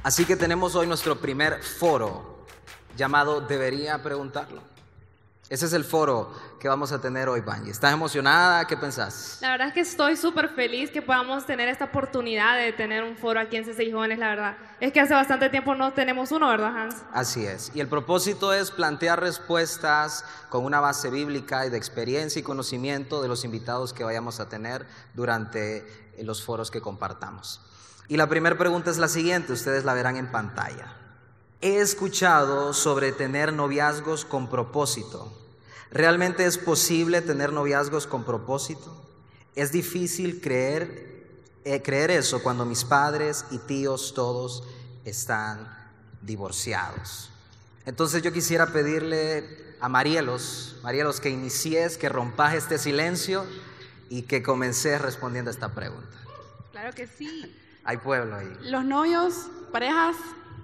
Así que tenemos hoy nuestro primer foro llamado Debería Preguntarlo. Ese es el foro que vamos a tener hoy, Banji. ¿Estás emocionada? ¿Qué pensás? La verdad es que estoy súper feliz que podamos tener esta oportunidad de tener un foro aquí en CCI Jóvenes, la verdad. Es que hace bastante tiempo no tenemos uno, ¿verdad, Hans? Así es. Y el propósito es plantear respuestas con una base bíblica y de experiencia y conocimiento de los invitados que vayamos a tener durante los foros que compartamos. Y la primera pregunta es la siguiente, ustedes la verán en pantalla. He escuchado sobre tener noviazgos con propósito. ¿Realmente es posible tener noviazgos con propósito? Es difícil creer eso cuando mis padres y tíos todos están divorciados. Entonces yo quisiera pedirle a Marielos, que inicies, que rompas este silencio y que comences respondiendo a esta pregunta. Claro que sí. Hay pueblo ahí. Los novios, parejas,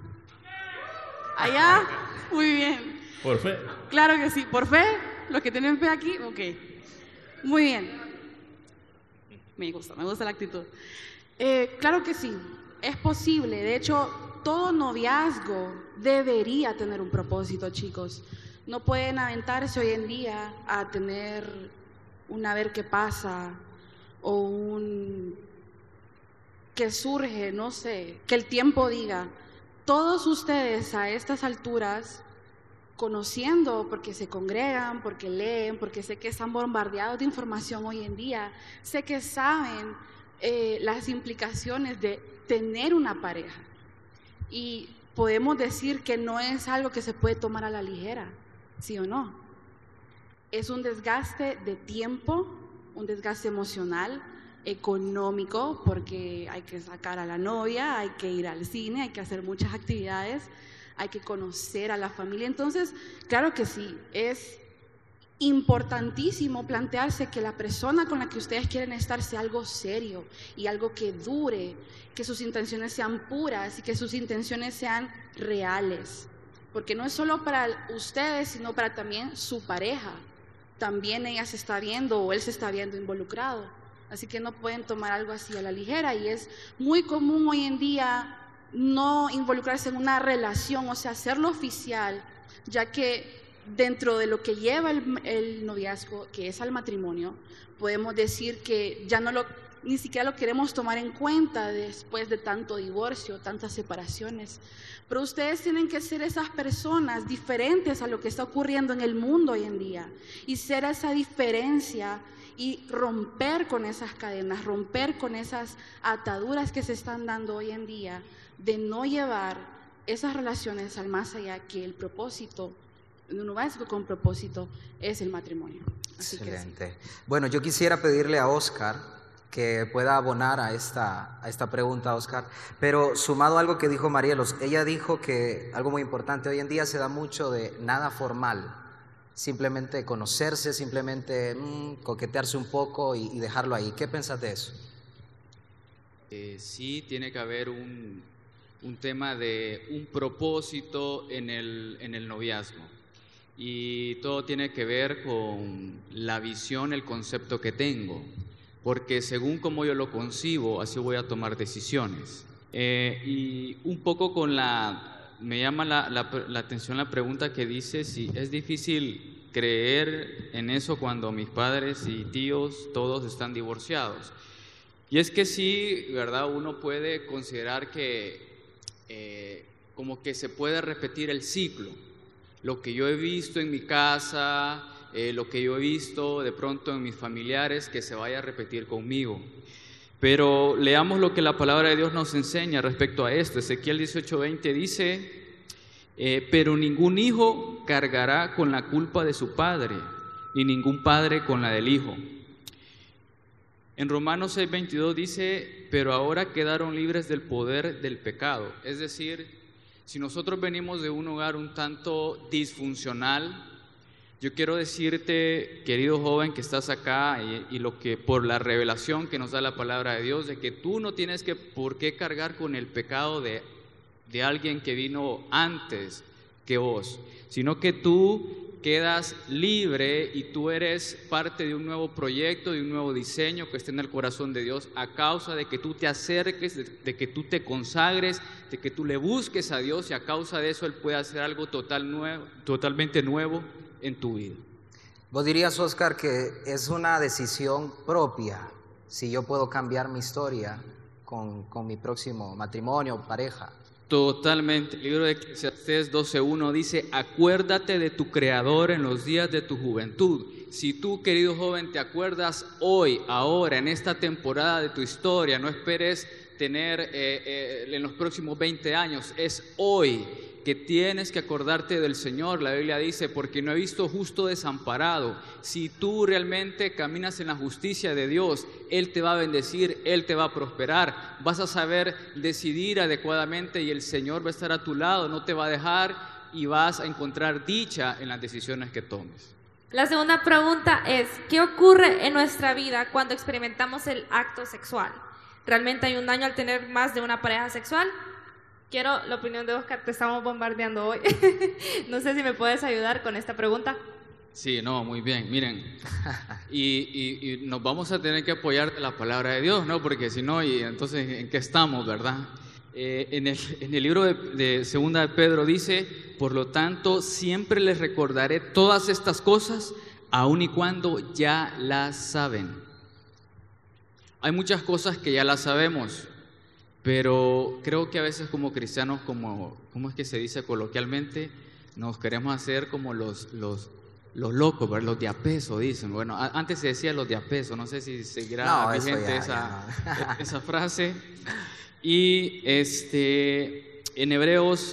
allá, muy bien. Por fe. Claro que sí, por fe, los que tienen fe aquí, ok. Muy bien. Me gusta la actitud. Claro que sí, es posible. De hecho, todo noviazgo debería tener un propósito, chicos. No pueden aventarse hoy en día a tener un a ver qué pasa o un que surge, no sé, que el tiempo diga. Todos ustedes a estas alturas, conociendo, porque se congregan, porque leen, porque sé que están bombardeados de información hoy en día, sé que saben las implicaciones de tener una pareja. Y podemos decir que no es algo que se puede tomar a la ligera, ¿sí o no? Es un desgaste de tiempo, un desgaste emocional, económico, porque hay que sacar a la novia, hay que ir al cine, hay que hacer muchas actividades, hay que conocer a la familia. Entonces, claro que sí, es importantísimo plantearse que la persona con la que ustedes quieren estar sea algo serio y algo que dure, que sus intenciones sean puras y que sus intenciones sean reales, porque no es solo para ustedes, sino para también su pareja. También ella se está viendo o él se está viendo involucrado, así que no pueden tomar algo así a la ligera. Y es muy común hoy en día no involucrarse en una relación, o sea, hacerlo oficial, ya que dentro de lo que lleva el noviazgo, que es al matrimonio, podemos decir que ya ni siquiera lo queremos tomar en cuenta después de tanto divorcio, tantas separaciones. Pero ustedes tienen que ser esas personas diferentes a lo que está ocurriendo en el mundo hoy en día y ser esa diferencia y romper con esas cadenas, romper con esas ataduras que se están dando hoy en día de no llevar esas relaciones al más allá, que el propósito de un noviazgo con propósito es el matrimonio. Así excelente. Sí. Bueno, yo quisiera pedirle a Oscar que pueda abonar a esta pregunta, Oscar, pero sumado a algo que dijo Marielos, ella dijo que algo muy importante, hoy en día se da mucho de nada formal, simplemente conocerse, simplemente coquetearse un poco y dejarlo ahí. ¿Qué piensas de eso? Sí, tiene que haber un tema de un propósito en el noviazgo, y todo tiene que ver con la visión, el concepto que tengo, porque según como yo lo concibo, así voy a tomar decisiones. Y un poco me llama la atención la pregunta que dice si es difícil creer en eso cuando mis padres y tíos todos están divorciados. Y es que sí, ¿verdad? Uno puede considerar que como que se puede repetir el ciclo. Lo que yo he visto en mi casa, lo que yo he visto de pronto en mis familiares, que se vaya a repetir conmigo. Pero leamos lo que la palabra de Dios nos enseña respecto a esto. Ezequiel 18:20 dice, pero ningún hijo cargará con la culpa de su padre, ni ningún padre con la del hijo. En Romanos 6:22 dice, pero ahora quedaron libres del poder del pecado. Es decir, si nosotros venimos de un hogar un tanto disfuncional, yo quiero decirte, querido joven que estás acá, y lo que por la revelación que nos da la palabra de Dios, de que tú no tienes por qué cargar con el pecado de alguien que vino antes que vos, sino que tú quedas libre y tú eres parte de un nuevo proyecto, de un nuevo diseño que está en el corazón de Dios a causa de que tú te acerques, de que tú te consagres, de que tú le busques a Dios, y a causa de eso Él puede hacer algo totalmente nuevo en tu vida. Vos dirías, Oscar, que es una decisión propia si yo puedo cambiar mi historia con mi próximo matrimonio o pareja. Totalmente. El libro de Eclesiastés 12:1 dice: acuérdate de tu Creador en los días de tu juventud. Si tú, querido joven, te acuerdas hoy, ahora, en esta temporada de tu historia, no esperes tener en los próximos 20 años, es hoy que tienes que acordarte del Señor. La Biblia dice: porque no he visto justo desamparado. Si tú realmente caminas en la justicia de Dios, Él te va a bendecir, Él te va a prosperar, vas a saber decidir adecuadamente y el Señor va a estar a tu lado, no te va a dejar, y vas a encontrar dicha en las decisiones que tomes. La segunda pregunta es, ¿qué ocurre en nuestra vida cuando experimentamos el acto sexual? ¿Realmente hay un daño al tener más de una pareja sexual? Quiero la opinión de Oscar, te estamos bombardeando hoy. No sé si me puedes ayudar con esta pregunta. Sí, no, muy bien, miren, y nos vamos a tener que apoyar de la palabra de Dios, ¿no? Porque si no, y entonces, ¿en qué estamos, verdad? En el libro de Segunda de Pedro dice: por lo tanto, siempre les recordaré todas estas cosas, aun y cuando ya las saben. Hay muchas cosas que ya las sabemos, pero creo que a veces como cristianos, ¿cómo es que se dice coloquialmente? Nos queremos hacer como los locos, ¿verdad? Los de a peso, dicen. Bueno, antes se decía los de a peso, no sé si seguirá vigente esa frase. Y en Hebreos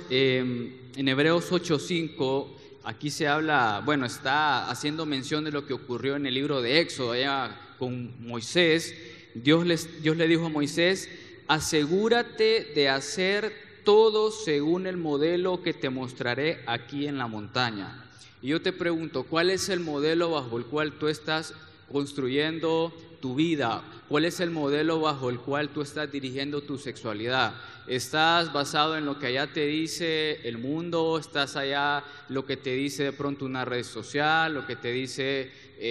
8:5, aquí se habla, bueno, está haciendo mención de lo que ocurrió en el libro de Éxodo, allá con Moisés. Dios le dijo a Moisés: asegúrate de hacer todo según el modelo que te mostraré aquí en la montaña. Y yo te pregunto, ¿cuál es el modelo bajo el cual tú estás construyendo tu vida? ¿Cuál es el modelo bajo el cual tú estás dirigiendo tu sexualidad? ¿Estás basado en lo que allá te dice el mundo? ¿Estás allá lo que te dice de pronto una red social? ¿Lo que te dice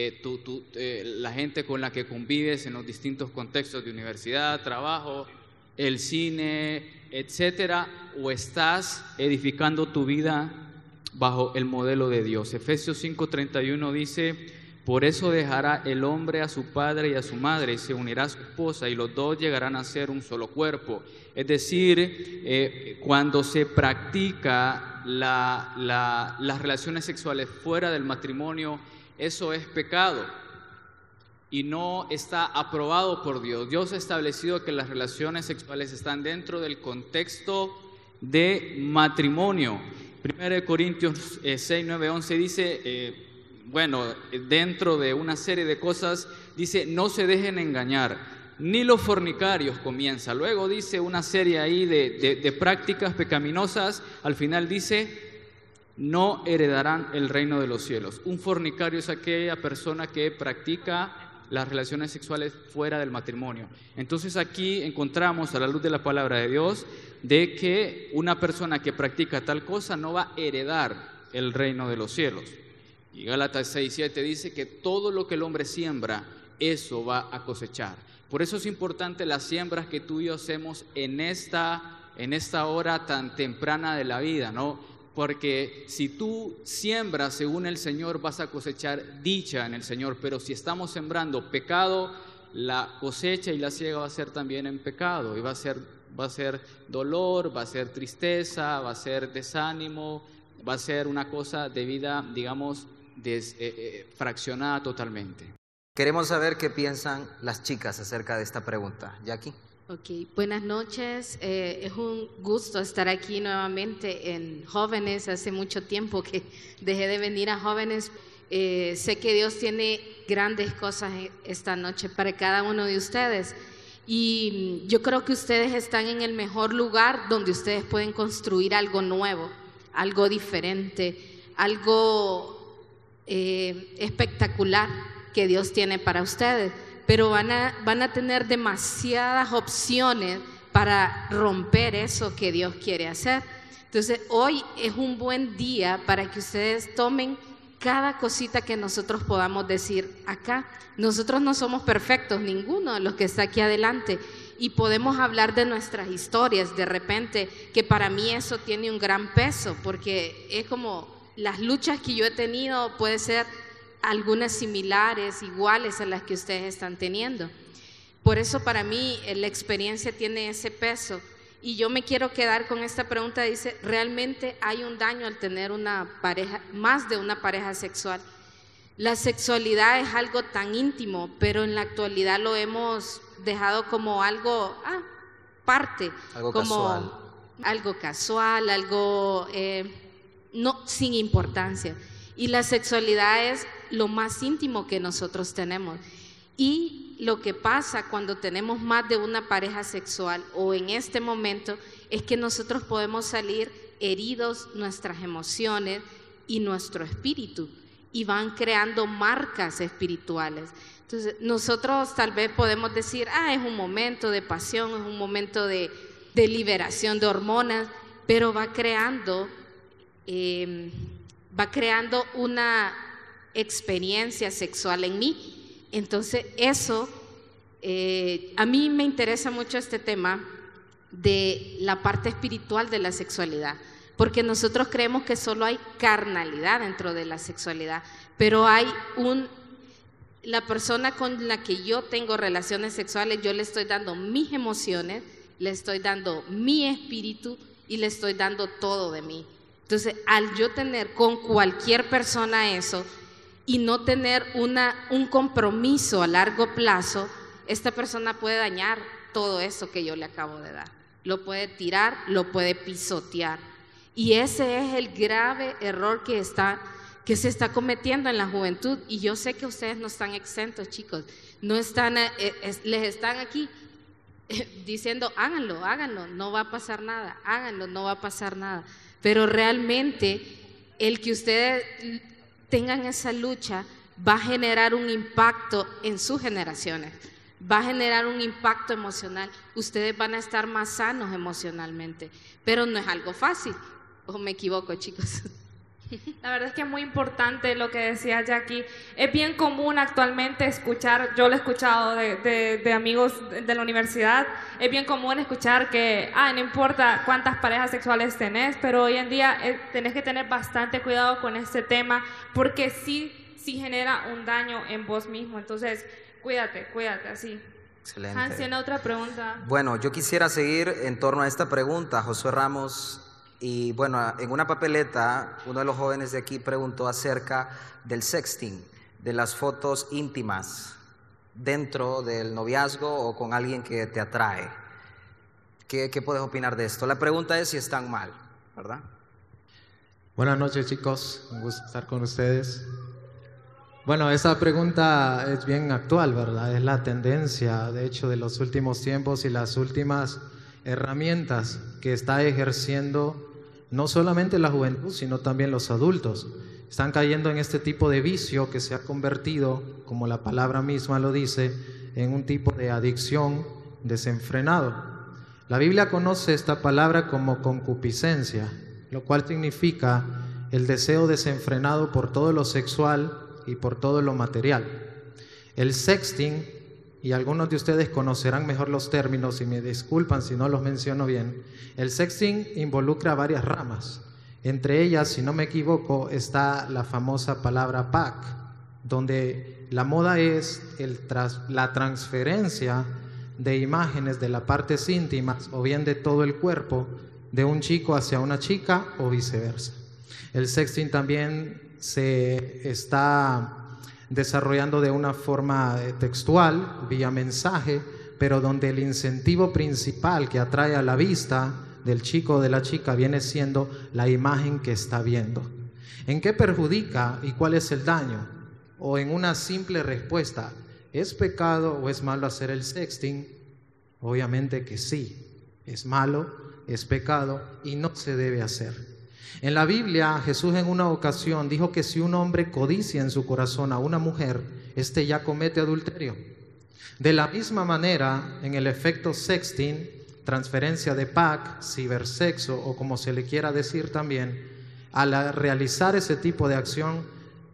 la gente con la que convives en los distintos contextos de universidad, trabajo, el cine, etcétera? ¿O estás edificando tu vida bajo el modelo de Dios? Efesios 5:31 dice: por eso dejará el hombre a su padre y a su madre y se unirá a su esposa, y los dos llegarán a ser un solo cuerpo. Es decir, cuando se practica las relaciones sexuales fuera del matrimonio, eso es pecado y no está aprobado por Dios. Dios ha establecido que las relaciones sexuales están dentro del contexto de matrimonio. 1 Corintios 6, 9, 11 dice, dentro de una serie de cosas, dice: no se dejen engañar, ni los fornicarios, comienza. Luego dice una serie ahí de prácticas pecaminosas. Al final dice: no heredarán el reino de los cielos. Un fornicario es aquella persona que practica las relaciones sexuales fuera del matrimonio. Entonces aquí encontramos, a la luz de la palabra de Dios, de que una persona que practica tal cosa no va a heredar el reino de los cielos. Y Gálatas 6:7 dice que todo lo que el hombre siembra, eso va a cosechar. Por eso es importante las siembras que tú y yo hacemos en esta hora tan temprana de la vida, ¿no? Porque si tú siembras según el Señor, vas a cosechar dicha en el Señor. Pero si estamos sembrando pecado, la cosecha y la siega va a ser también en pecado. Y va a ser dolor, va a ser tristeza, va a ser desánimo, va a ser una cosa de vida, digamos, fraccionada totalmente. Queremos saber qué piensan las chicas acerca de esta pregunta. Jackie. Ok, buenas noches. Es un gusto estar aquí nuevamente en Jóvenes. Hace mucho tiempo que dejé de venir a Jóvenes. Sé que Dios tiene grandes cosas esta noche para cada uno de ustedes. Y yo creo que ustedes están en el mejor lugar donde ustedes pueden construir algo nuevo, algo diferente, algo espectacular que Dios tiene para ustedes. Pero van a tener demasiadas opciones para romper eso que Dios quiere hacer. Entonces, hoy es un buen día para que ustedes tomen cada cosita que nosotros podamos decir acá. Nosotros no somos perfectos, ninguno de los que está aquí adelante, y podemos hablar de nuestras historias de repente, que para mí eso tiene un gran peso, porque es como las luchas que yo he tenido, puede ser algunas similares, iguales a las que ustedes están teniendo. Por eso para mí la experiencia tiene ese peso. Y yo me quiero quedar con esta pregunta, dice, ¿realmente hay un daño al tener una pareja, más de una pareja sexual? La sexualidad es algo tan íntimo, pero en la actualidad lo hemos dejado como algo parte, Algo como casual. algo casual, algo no, sin importancia. Y la sexualidad es lo más íntimo que nosotros tenemos. Y lo que pasa cuando tenemos más de una pareja sexual o en este momento es que nosotros podemos salir heridos, nuestras emociones y nuestro espíritu, y van creando marcas espirituales. Entonces nosotros tal vez podemos decir, es un momento de pasión, es un momento de liberación de hormonas, pero va creando una experiencia sexual en mí. Entonces eso, a mí me interesa mucho este tema de la parte espiritual de la sexualidad, porque nosotros creemos que solo hay carnalidad dentro de la sexualidad, pero hay la persona con la que yo tengo relaciones sexuales, yo le estoy dando mis emociones, le estoy dando mi espíritu y le estoy dando todo de mí. Entonces, al yo tener con cualquier persona eso y no tener un compromiso a largo plazo, esta persona puede dañar todo eso que yo le acabo de dar. Lo puede tirar, lo puede pisotear. Y ese es el grave error que se está cometiendo en la juventud. Y yo sé que ustedes no están exentos, chicos. No están, les están aquí diciendo, háganlo, no va a pasar nada, háganlo, no va a pasar nada. Pero realmente el que ustedes tengan esa lucha va a generar un impacto en sus generaciones, va a generar un impacto emocional. Ustedes van a estar más sanos emocionalmente, pero no es algo fácil. ¿O me equivoco, chicos? La verdad es que es muy importante lo que decía Jackie. Es bien común actualmente escuchar, yo lo he escuchado de amigos de la universidad, es bien común escuchar que, no importa cuántas parejas sexuales tenés, pero hoy en día tenés que tener bastante cuidado con este tema, porque sí genera un daño en vos mismo. Entonces, cuídate, así. Excelente. Hans, ¿tiene otra pregunta? Bueno, yo quisiera seguir en torno a esta pregunta, Josué Ramos. Y bueno, en una papeleta, uno de los jóvenes de aquí preguntó acerca del sexting, de las fotos íntimas dentro del noviazgo o con alguien que te atrae. ¿Qué puedes opinar de esto? La pregunta es si están mal, ¿verdad? Buenas noches, chicos, un gusto estar con ustedes. Bueno, esa pregunta es bien actual, ¿verdad? Es la tendencia, de hecho, de los últimos tiempos y las últimas herramientas que está ejerciendo no solamente la juventud, sino también los adultos. Están cayendo en este tipo de vicio que se ha convertido, como la palabra misma lo dice, en un tipo de adicción desenfrenado. La Biblia conoce esta palabra como concupiscencia, lo cual significa el deseo desenfrenado por todo lo sexual y por todo lo material. El sexting, y algunos de ustedes conocerán mejor los términos y me disculpan si no los menciono bien, el sexting involucra varias ramas. Entre ellas, si no me equivoco, está la famosa palabra pack, donde la moda es la transferencia de imágenes de las partes íntimas o bien de todo el cuerpo de un chico hacia una chica o viceversa. El sexting también se está desarrollando de una forma textual, vía mensaje, pero donde el incentivo principal que atrae a la vista del chico o de la chica viene siendo la imagen que está viendo. ¿En qué perjudica y cuál es el daño? O en una simple respuesta, ¿es pecado o es malo hacer el sexting? Obviamente que sí, es malo, es pecado y no se debe hacer. En la Biblia, Jesús en una ocasión dijo que si un hombre codicia en su corazón a una mujer, éste ya comete adulterio. De la misma manera, en el efecto sexting, transferencia de pack, cibersexo o como se le quiera decir también, al realizar ese tipo de acción,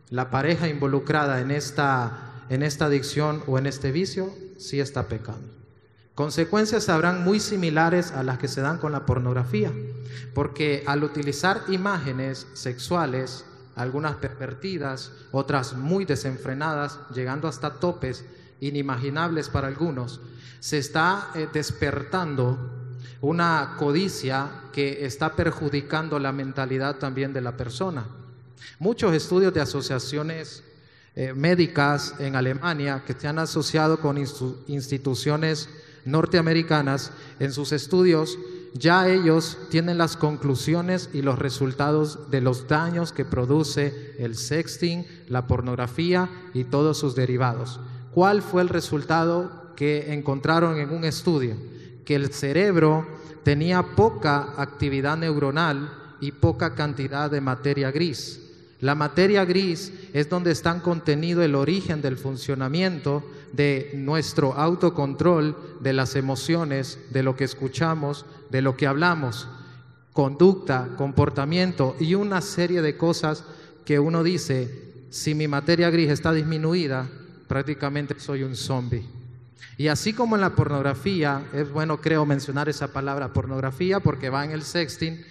la pareja involucrada en esta adicción o en este vicio, sí está pecando. Consecuencias habrán muy similares a las que se dan con la pornografía, porque al utilizar imágenes sexuales, algunas pervertidas, otras muy desenfrenadas, llegando hasta topes inimaginables para algunos, se está despertando una codicia que está perjudicando la mentalidad también de la persona. Muchos estudios de asociaciones médicas en Alemania que se han asociado con instituciones norteamericanas, en sus estudios ya ellos tienen las conclusiones y los resultados de los daños que produce el sexting, la pornografía y todos sus derivados. ¿Cuál fue el resultado que encontraron en un estudio? Que el cerebro tenía poca actividad neuronal y poca cantidad de materia gris. La materia gris es donde está contenido el origen del funcionamiento de nuestro autocontrol, de las emociones, de lo que escuchamos, de lo que hablamos, conducta, comportamiento y una serie de cosas que uno dice, si mi materia gris está disminuida, prácticamente soy un zombie. Y así como en la pornografía, es bueno creo mencionar esa palabra pornografía porque va en el sexting,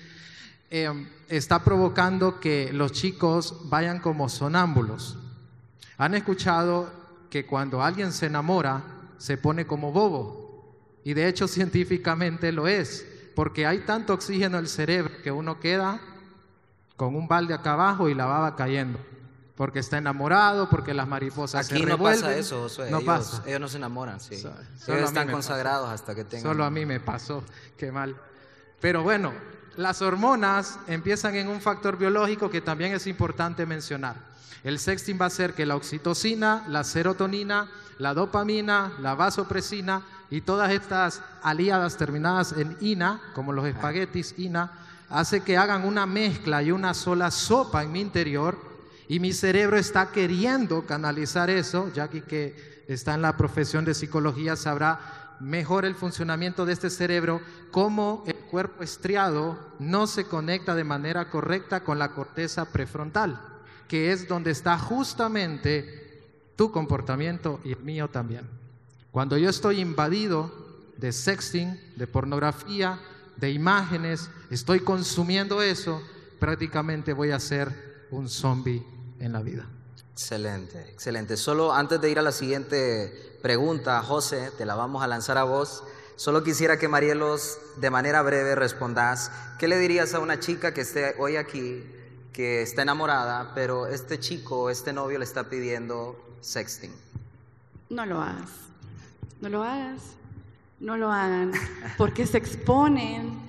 está provocando que los chicos vayan como sonámbulos. ¿Han escuchado que cuando alguien se enamora se pone como bobo? Y de hecho científicamente lo es, porque hay tanto oxígeno en el cerebro que uno queda con un balde acá abajo y la baba cayendo, porque está enamorado, porque las mariposas se revuelven. Aquí no pasa eso, Josué. Ellos no se enamoran, sí. Ellos están consagrados hasta que tengan... Solo a mí me pasó, qué mal. Pero bueno, las hormonas empiezan en un factor biológico que también es importante mencionar. El sexting va a hacer que la oxitocina, la serotonina, la dopamina, la vasopresina y todas estas aliadas terminadas en ina, como los espaguetis ina, hace que hagan una mezcla y una sola sopa en mi interior, y mi cerebro está queriendo canalizar eso. Jackie, que está en la profesión de psicología, sabrá mejor el funcionamiento de este cerebro, cómo el cuerpo estriado no se conecta de manera correcta con la corteza prefrontal, que es donde está justamente tu comportamiento y el mío también. Cuando yo estoy invadido de sexting, de pornografía, de imágenes, estoy consumiendo eso, prácticamente voy a ser un zombie en la vida. Excelente, excelente. Solo antes de ir a la siguiente pregunta, José, te la vamos a lanzar a vos. Solo quisiera que Marielos, de manera breve, respondas. ¿Qué le dirías a una chica que esté hoy aquí, que está enamorada, pero este chico, este novio le está pidiendo sexting? No lo hagas, no lo hagas, no lo hagan, porque se exponen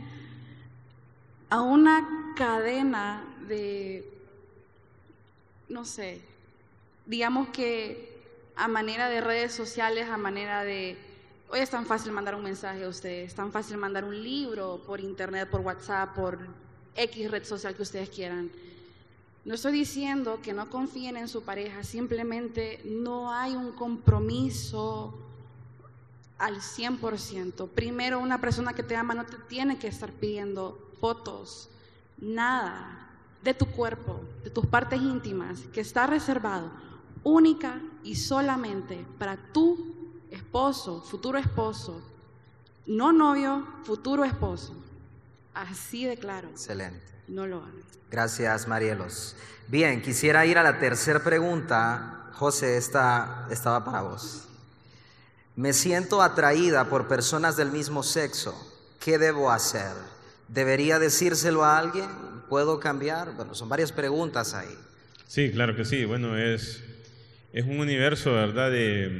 a una cadena de, no sé, digamos que a manera de redes sociales, a manera de, hoy es tan fácil mandar un mensaje a ustedes, es tan fácil mandar un libro por internet, por WhatsApp, por X red social que ustedes quieran. No estoy diciendo que no confíen en su pareja, simplemente no hay un compromiso al 100%. Primero, una persona que te ama no te tiene que estar pidiendo fotos, nada de tu cuerpo, de tus partes íntimas, que está reservado única y solamente para tu esposo, futuro esposo, no novio, futuro esposo. Así de claro. Excelente. No lo hagas. Gracias, Marielos. Bien, quisiera ir a la tercera pregunta. José, esta estaba para vos. Me siento atraída por personas del mismo sexo. ¿Qué debo hacer? ¿Debería decírselo a alguien? ¿Puedo cambiar? Bueno, son varias preguntas ahí. Sí, claro que sí. Bueno, es un universo, ¿verdad?,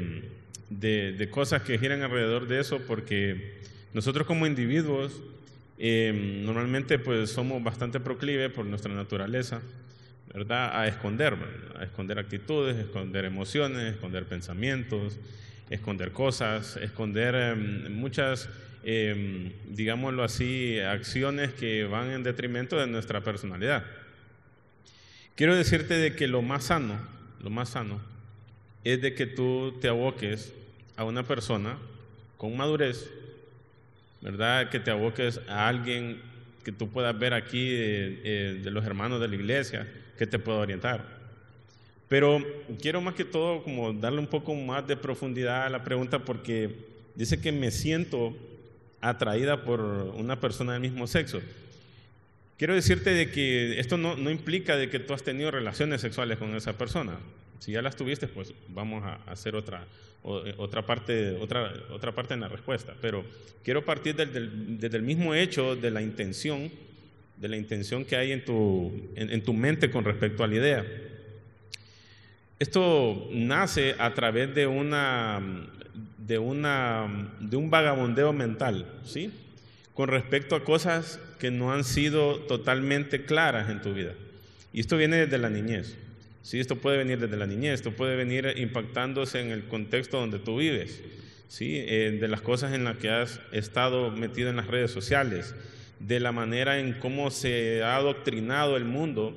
de cosas que giran alrededor de eso, porque nosotros como individuos normalmente pues somos bastante proclives por nuestra naturaleza, ¿verdad?, a esconder actitudes, esconder emociones, esconder pensamientos, esconder cosas, esconder muchas, digámoslo así, acciones que van en detrimento de nuestra personalidad. Quiero decirte de que lo más sano es de que tú te aboques a una persona con madurez, ¿verdad?, que te aboques a alguien que tú puedas ver aquí de los hermanos de la iglesia, que te pueda orientar. Pero quiero más que todo como darle un poco más de profundidad a la pregunta, porque dice que me siento atraída por una persona del mismo sexo. Quiero decirte de que esto no implica de que tú has tenido relaciones sexuales con esa persona. Si ya las tuviste, pues vamos a hacer otra parte en la respuesta. Pero quiero partir desde el mismo hecho de la intención que hay en tu mente con respecto a la idea. Esto nace a través de un vagabundeo mental, ¿sí? Con respecto a cosas que no han sido totalmente claras en tu vida. Y esto viene desde la niñez. Sí, esto puede venir desde la niñez, esto puede venir impactándose en el contexto donde tú vives, ¿sí? De las cosas en las que has estado metido en las redes sociales, de la manera en cómo se ha adoctrinado el mundo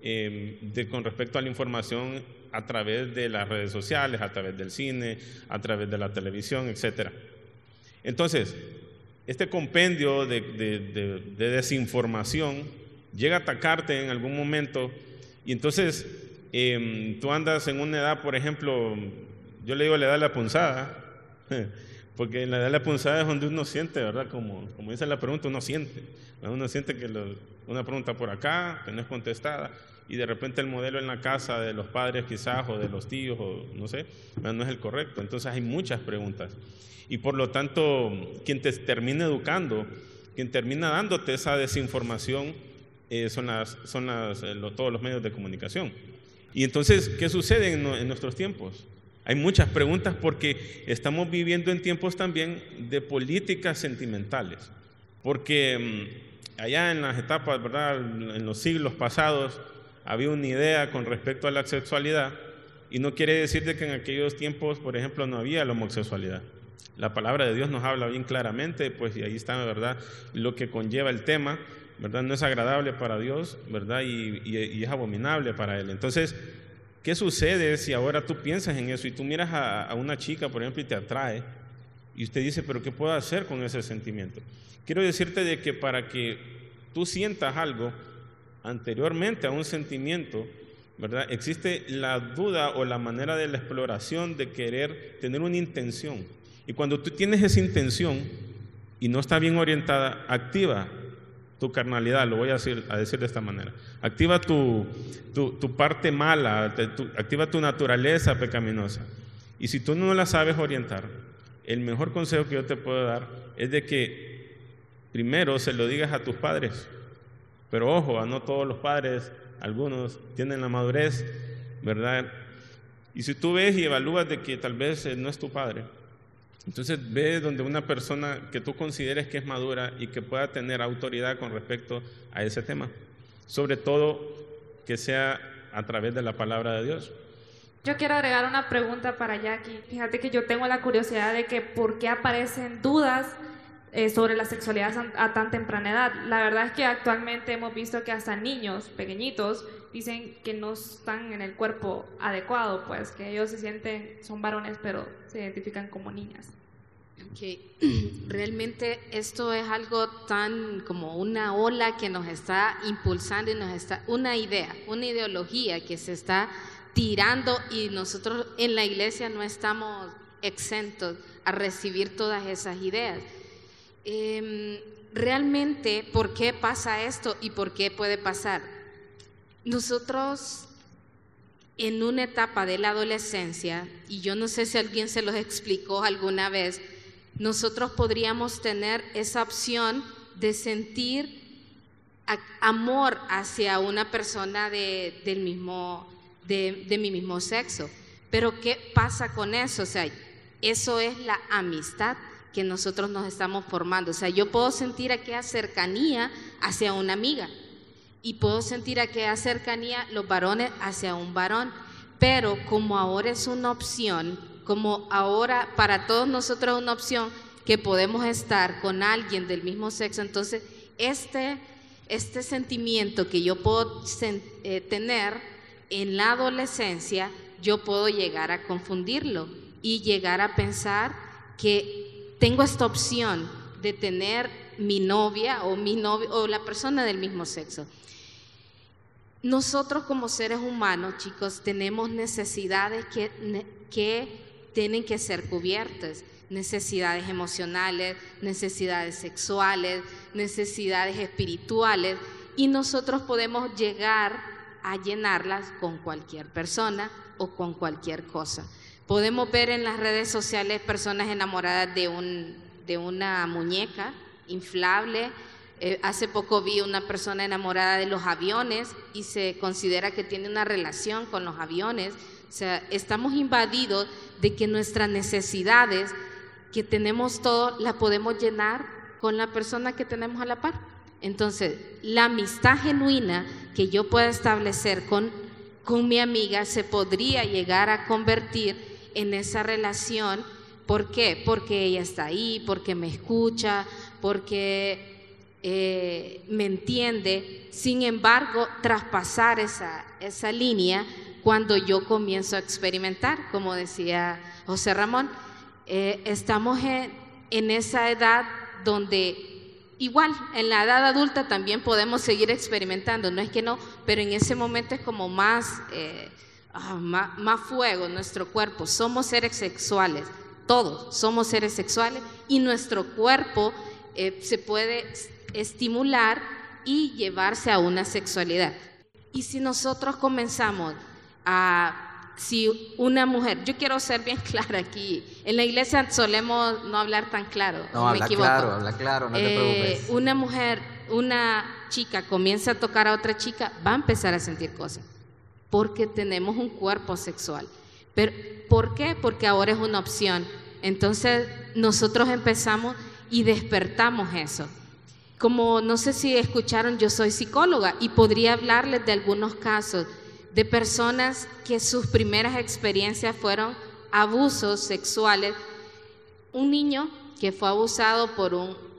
con respecto a la información a través de las redes sociales, a través del cine, a través de la televisión, etc. Entonces, este compendio de desinformación llega a atacarte en algún momento, y entonces tú andas en una edad, por ejemplo, yo le digo la edad de la punzada, porque en la edad de la punzada es donde uno siente, ¿verdad? Como dice la pregunta, uno siente que una pregunta por acá, que no es contestada, y de repente el modelo en la casa de los padres quizás, o de los tíos, o no sé, no es el correcto. Entonces hay muchas preguntas. Y por lo tanto, quien te termina educando, quien termina dándote esa desinformación, son todos los medios de comunicación. Y entonces, ¿qué sucede en nuestros tiempos? Hay muchas preguntas porque estamos viviendo en tiempos también de políticas sentimentales. Porque allá en las etapas, ¿verdad?, en los siglos pasados, había una idea con respecto a la sexualidad, y no quiere decir de que en aquellos tiempos, por ejemplo, no había la homosexualidad. La palabra de Dios nos habla bien claramente, pues, y ahí está, ¿verdad?, lo que conlleva el tema, ¿verdad? No es agradable para Dios, ¿verdad?, y es abominable para Él. Entonces, ¿qué sucede si ahora tú piensas en eso y tú miras a una chica, por ejemplo, y te atrae, y usted dice, pero ¿qué puedo hacer con ese sentimiento? Quiero decirte de que para que tú sientas algo anteriormente a un sentimiento, ¿verdad?, existe la duda o la manera de la exploración de querer tener una intención. Y cuando tú tienes esa intención y no está bien orientada, activa tu carnalidad, lo voy a decir de esta manera. Activa tu parte mala, activa tu naturaleza pecaminosa. Y si tú no la sabes orientar, el mejor consejo que yo te puedo dar es de que primero se lo digas a tus padres. Pero ojo, no todos los padres, algunos tienen la madurez, ¿verdad? Y si tú ves y evalúas de que tal vez no es tu padre, entonces ve donde una persona que tú consideres que es madura y que pueda tener autoridad con respecto a ese tema. Sobre todo que sea a través de la palabra de Dios. Yo quiero agregar una pregunta para Jackie. Fíjate que yo tengo la curiosidad de que por qué aparecen dudas sobre la sexualidad a tan temprana edad. La verdad es que actualmente hemos visto que hasta niños pequeñitos dicen que no están en el cuerpo adecuado, pues que ellos son varones, pero se identifican como niñas. Okay. Realmente esto es algo tan como una ola que nos está impulsando y una ideología que se está tirando, y nosotros en la iglesia no estamos exentos a recibir todas esas ideas. Realmente, ¿por qué pasa esto y por qué puede pasar? Nosotros en una etapa de la adolescencia, y yo no sé si alguien se los explicó alguna vez, nosotros podríamos tener esa opción de sentir amor hacia una persona de mi mismo sexo. Pero ¿qué pasa con eso? O sea, eso es la amistad que nosotros nos estamos formando. O sea, yo puedo sentir aquella cercanía hacia una amiga y puedo sentir aquella cercanía los varones hacia un varón, pero como ahora es una opción, como ahora para todos nosotros es una opción que podemos estar con alguien del mismo sexo, entonces este sentimiento que yo puedo tener en la adolescencia, yo puedo llegar a confundirlo y llegar a pensar que tengo esta opción de tener mi novia o mi novio o la persona del mismo sexo. nosotros como seres humanos, chicos, tenemos necesidades que tienen que ser cubiertas. Necesidades emocionales, necesidades sexuales, necesidades espirituales, y nosotros podemos llegar a llenarlas con cualquier persona o con cualquier cosa. Podemos ver en las redes sociales personas enamoradas de una muñeca inflable. Hace poco vi una persona enamorada de los aviones y se considera que tiene una relación con los aviones. O sea, estamos invadidos de que nuestras necesidades que tenemos todo, la podemos llenar con la persona que tenemos a la par. Entonces, la amistad genuina que yo pueda establecer con mi amiga se podría llegar a convertir en esa relación. ¿Por qué? Porque ella está ahí, porque me escucha, porque me entiende. Sin embargo, traspasar esa línea cuando yo comienzo a experimentar, como decía José Ramón, estamos en esa edad donde igual en la edad adulta también podemos seguir experimentando, no es que no, pero en ese momento es como más fuego nuestro cuerpo. Somos seres sexuales, todos somos seres sexuales, y nuestro cuerpo se puede estimular y llevarse a una sexualidad. Y si nosotros comenzamos si una mujer, yo quiero ser bien clara aquí, en la iglesia solemos no hablar tan claro, no, habla claro, no te preocupes. Una mujer, una chica comienza a tocar a otra chica, va a empezar a sentir cosas, porque tenemos un cuerpo sexual. Pero, ¿por qué? Porque ahora es una opción. Entonces nosotros empezamos y despertamos eso. Como no sé si escucharon, yo soy psicóloga y podría hablarles de algunos casos de personas que sus primeras experiencias fueron abusos sexuales. Un niño que fue abusado por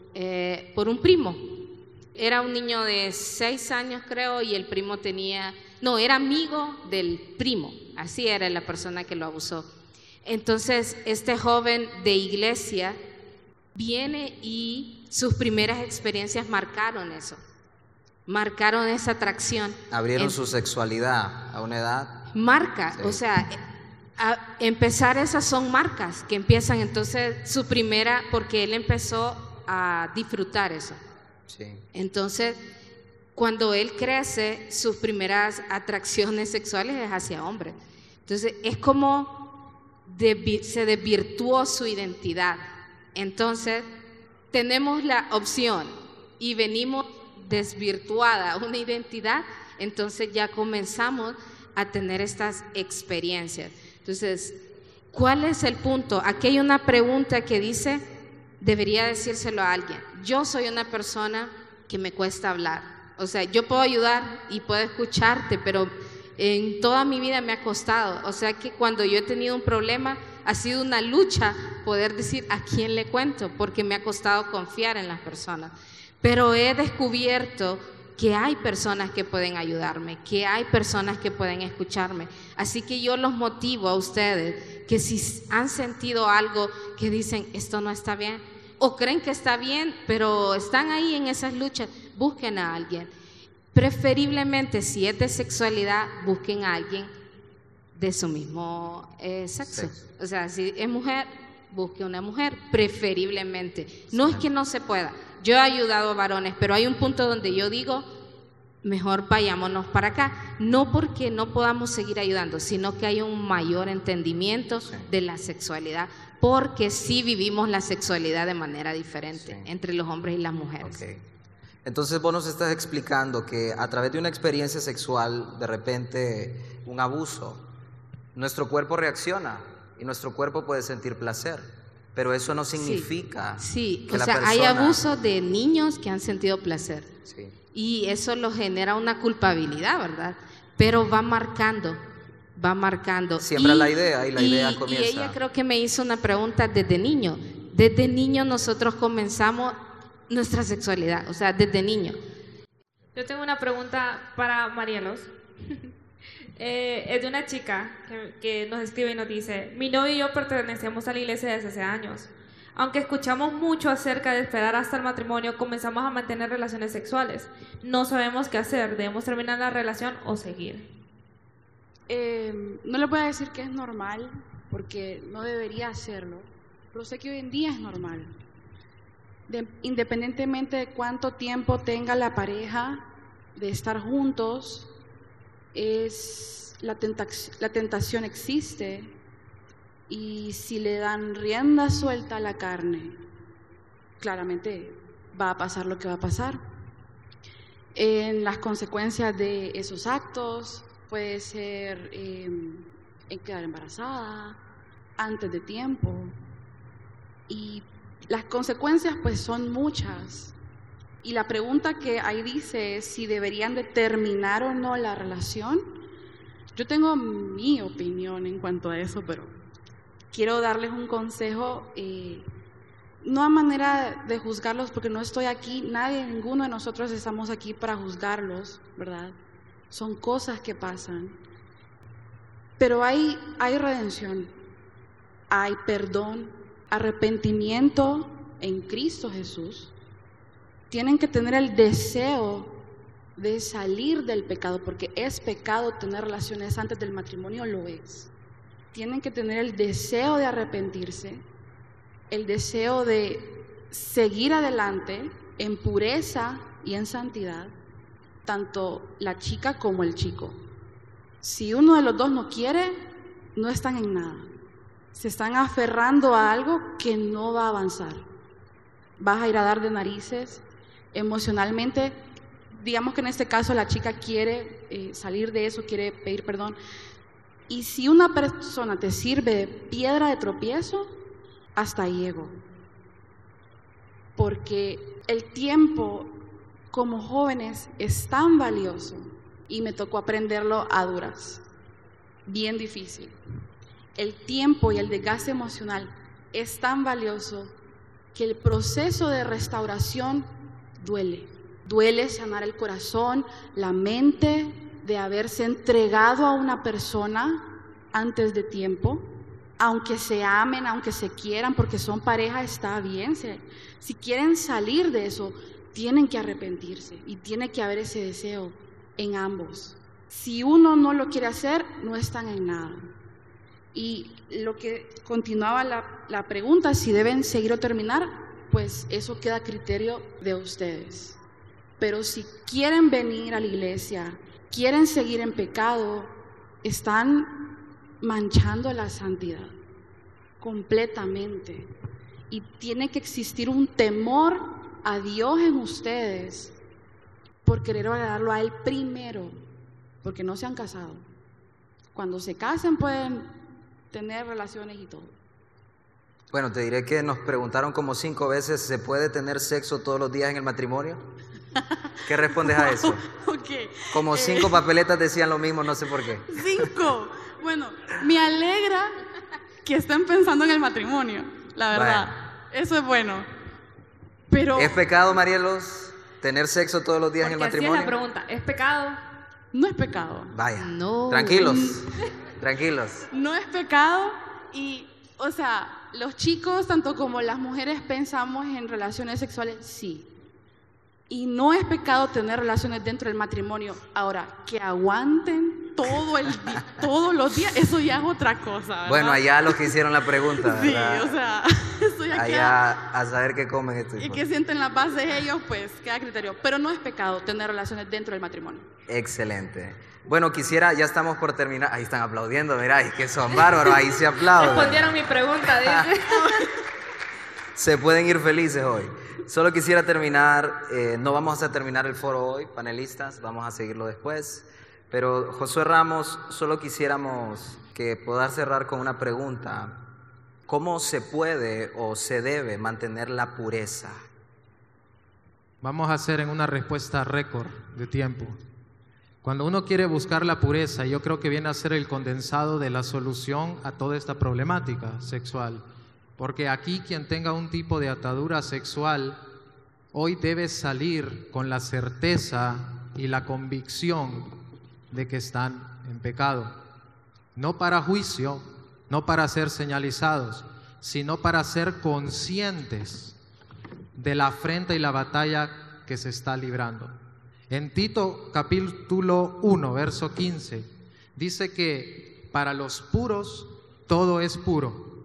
un primo. Era un niño de 6 años, creo, y el primo era amigo del primo. Así era la persona que lo abusó. Entonces, este joven de iglesia viene y sus primeras experiencias marcaron eso. Marcaron esa atracción. Abrieron su sexualidad a una edad. Marca, sí. O sea, a empezar esas son marcas que empiezan. Entonces, su primera, porque él empezó a disfrutar eso. Sí. Entonces, cuando él crece, sus primeras atracciones sexuales es hacia hombres. Entonces, es como se desvirtuó su identidad. Entonces, tenemos la opción y venimos desvirtuada una identidad, entonces ya comenzamos a tener estas experiencias. Entonces, ¿cuál es el punto? Aquí hay una pregunta que dice, debería decírselo a alguien. Yo soy una persona que me cuesta hablar. O sea, yo puedo ayudar y puedo escucharte, pero en toda mi vida me ha costado. O sea que cuando yo he tenido un problema, ha sido una lucha poder decir a quién le cuento, porque me ha costado confiar en las personas. Pero he descubierto que hay personas que pueden ayudarme, que hay personas que pueden escucharme. Así que yo los motivo a ustedes que si han sentido algo que dicen esto no está bien, o creen que está bien, pero están ahí en esas luchas, busquen a alguien. Preferiblemente, si es de sexualidad, busquen a alguien de su mismo sexo. O sea, si es mujer, busque una mujer, preferiblemente. No es que no se pueda. Yo he ayudado a varones, pero hay un punto donde yo digo, mejor vayámonos para acá. No porque no podamos seguir ayudando, sino que hay un mayor entendimiento de la sexualidad, porque sí vivimos la sexualidad de manera diferente entre los hombres y las mujeres. Okay. Entonces vos nos estás explicando que a través de una experiencia sexual, de repente un abuso, nuestro cuerpo reacciona y nuestro cuerpo puede sentir placer. Pero eso no significa que la persona... hay abusos de niños que han sentido placer. Sí. Y eso lo genera una culpabilidad, ¿verdad? Pero va marcando. Siembra la idea y la idea comienza. Y ella creo que me hizo una pregunta desde niño. Desde niño nosotros comenzamos nuestra sexualidad, o sea, desde niño. Yo tengo una pregunta para Marielos. Es de una chica que nos escribe y nos dice: mi novio y yo pertenecemos a la iglesia desde hace años. Aunque escuchamos mucho acerca de esperar hasta el matrimonio, comenzamos a mantener relaciones sexuales. No sabemos qué hacer, debemos terminar la relación o seguir. No le voy a decir que es normal, porque no debería hacerlo, pero sé que hoy en día es normal. Independientemente de cuánto tiempo tenga la pareja de estar juntos, la tentación existe, y si le dan rienda suelta a la carne, claramente va a pasar lo que va a pasar. En las consecuencias de esos actos puede ser en quedar embarazada antes de tiempo, y las consecuencias pues son muchas. Y la pregunta que ahí dice es si deberían de terminar o no la relación. Yo tengo mi opinión en cuanto a eso, pero quiero darles un consejo, no a manera de juzgarlos, porque no estoy aquí, ninguno de nosotros estamos aquí para juzgarlos, ¿verdad? Son cosas que pasan. Pero hay redención, hay perdón, arrepentimiento en Cristo Jesús. Tienen que tener el deseo de salir del pecado, porque es pecado tener relaciones antes del matrimonio, lo es. Tienen que tener el deseo de arrepentirse, el deseo de seguir adelante en pureza y en santidad, tanto la chica como el chico. Si uno de los dos no quiere, no están en nada. Se están aferrando a algo que no va a avanzar. Vas a ir a dar de narices emocionalmente. Digamos que en este caso la chica quiere salir de eso, quiere pedir perdón. Y si una persona te sirve de piedra de tropiezo, hasta ahí llego. Porque el tiempo como jóvenes es tan valioso, y me tocó aprenderlo a duras, bien difícil. El tiempo y el desgaste emocional es tan valioso que el proceso de restauración duele. Duele sanar el corazón, la mente, de haberse entregado a una persona antes de tiempo, aunque se amen, aunque se quieran, porque son pareja, está bien. Si quieren salir de eso, tienen que arrepentirse y tiene que haber ese deseo en ambos. Si uno no lo quiere hacer, no están en nada. Y lo que continuaba la pregunta, si deben seguir o terminar, pues eso queda a criterio de ustedes. Pero si quieren venir a la iglesia, quieren seguir en pecado, están manchando la santidad completamente. Y tiene que existir un temor a Dios en ustedes por querer agradarlo a Él primero, porque no se han casado. Cuando se casen pueden tener relaciones y todo. Bueno, te diré que nos preguntaron como 5 veces, ¿se puede tener sexo todos los días en el matrimonio? ¿Qué respondes a eso? Okay. Como 5 papeletas decían lo mismo, no sé por qué. 5. Bueno, me alegra que estén pensando en el matrimonio, la verdad. Bueno. Eso es bueno. Pero ¿es pecado, Marielos, tener sexo todos los días en el matrimonio? Así es la pregunta, ¿es pecado? No es pecado. Vaya, no. Tranquilos, tranquilos. No es pecado y, o sea, los chicos, tanto como las mujeres, pensamos en relaciones sexuales, sí. Y no es pecado tener relaciones dentro del matrimonio. Ahora, que aguanten todos los días, eso ya es otra cosa, ¿verdad? Bueno, allá los que hicieron la pregunta, ¿verdad? Sí, o sea, eso ya allá queda, a saber qué comen estos. Y que sienten las bases ellos, pues queda a criterio. Pero no es pecado tener relaciones dentro del matrimonio. Excelente. Bueno, quisiera, ya estamos por terminar. Ahí están aplaudiendo, mirá, es que son bárbaros, ahí se aplauden. Respondieron mi pregunta, dice. Se pueden ir felices hoy. Solo quisiera terminar, no vamos a terminar el foro hoy, panelistas, vamos a seguirlo después. Pero Josué Ramos, solo quisiéramos que pueda cerrar con una pregunta. ¿Cómo se puede o se debe mantener la pureza? Vamos a hacer en una respuesta récord de tiempo. Cuando uno quiere buscar la pureza, yo creo que viene a ser el condensado de la solución a toda esta problemática sexual. Porque aquí quien tenga un tipo de atadura sexual, hoy debe salir con la certeza y la convicción de que están en pecado. No para juicio, no para ser señalizados, sino para ser conscientes de la afrenta y la batalla que se está librando. En Tito capítulo 1, verso 15, dice que para los puros todo es puro,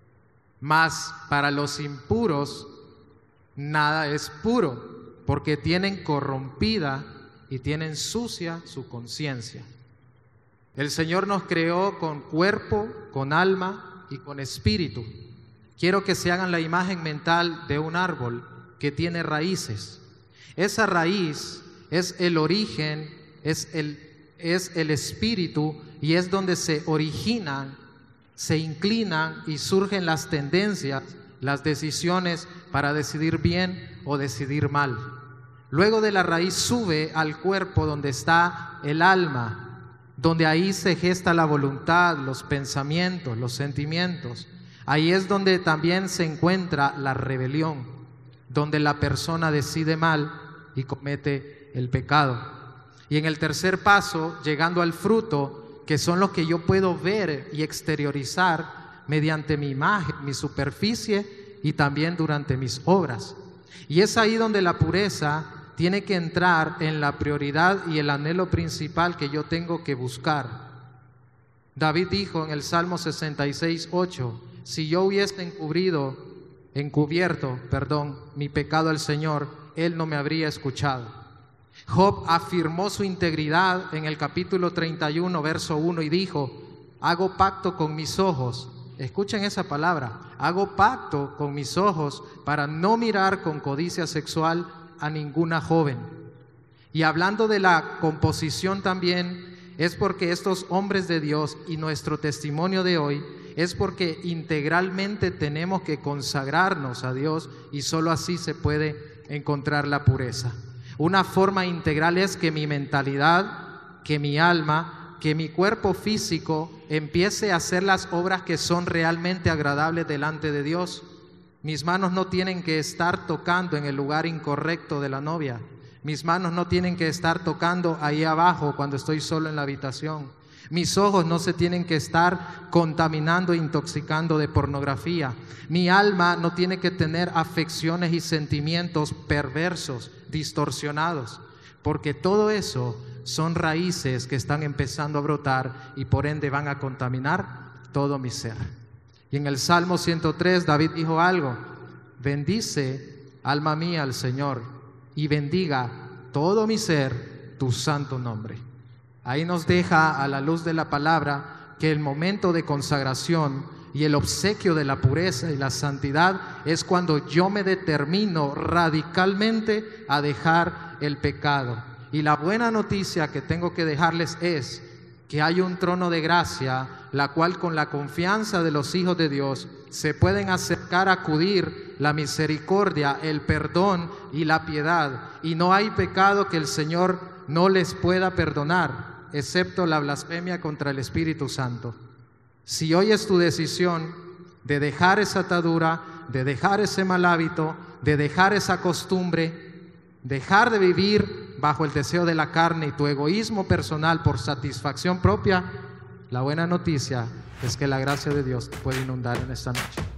mas para los impuros nada es puro, porque tienen corrompida y tienen sucia su conciencia. El Señor nos creó con cuerpo, con alma y con espíritu. Quiero que se hagan la imagen mental de un árbol que tiene raíces. Esa raíz es el origen, es el espíritu, y es donde se originan, se inclinan y surgen las tendencias, las decisiones para decidir bien o decidir mal. Luego de la raíz sube al cuerpo donde está el alma, donde ahí se gesta la voluntad, los pensamientos, los sentimientos. Ahí es donde también se encuentra la rebelión, donde la persona decide mal y comete el pecado. Y en el tercer paso, llegando al fruto, que son los que yo puedo ver y exteriorizar mediante mi imagen, mi superficie y también durante mis obras. Y es ahí donde la pureza tiene que entrar en la prioridad y el anhelo principal que yo tengo que buscar. David dijo en el Salmo 66:8, si yo hubiese encubierto mi pecado al Señor, Él no me habría escuchado. Job afirmó su integridad en el capítulo 31, verso 1, y dijo, hago pacto con mis ojos. Escuchen esa palabra, hago pacto con mis ojos para no mirar con codicia sexual a ninguna joven. Y hablando de la composición también, es porque estos hombres de Dios y nuestro testimonio de hoy es porque integralmente tenemos que consagrarnos a Dios, y solo así se puede encontrar la pureza. Una forma integral es que mi mentalidad, que mi alma, que mi cuerpo físico empiece a hacer las obras que son realmente agradables delante de Dios. Mis manos no tienen que estar tocando en el lugar incorrecto de la novia. Mis manos no tienen que estar tocando ahí abajo cuando estoy solo en la habitación. Mis ojos no se tienen que estar contaminando e intoxicando de pornografía. Mi alma no tiene que tener afecciones y sentimientos perversos, distorsionados, porque todo eso son raíces que están empezando a brotar y por ende van a contaminar todo mi ser. Y en el Salmo 103 David dijo algo: bendice, alma mía, al Señor, y bendiga todo mi ser tu santo nombre. Ahí nos deja a la luz de la palabra que el momento de consagración y el obsequio de la pureza y la santidad es cuando yo me determino radicalmente a dejar el pecado. Y la buena noticia que tengo que dejarles es que hay un trono de gracia, la cual con la confianza de los hijos de Dios se pueden acercar a acudir la misericordia, el perdón y la piedad. Y no hay pecado que el Señor no les pueda perdonar, excepto la blasfemia contra el Espíritu Santo. Si hoy es tu decisión de dejar esa atadura, de dejar ese mal hábito, de dejar esa costumbre, dejar de vivir bajo el deseo de la carne y tu egoísmo personal por satisfacción propia, la buena noticia es que la gracia de Dios te puede inundar en esta noche.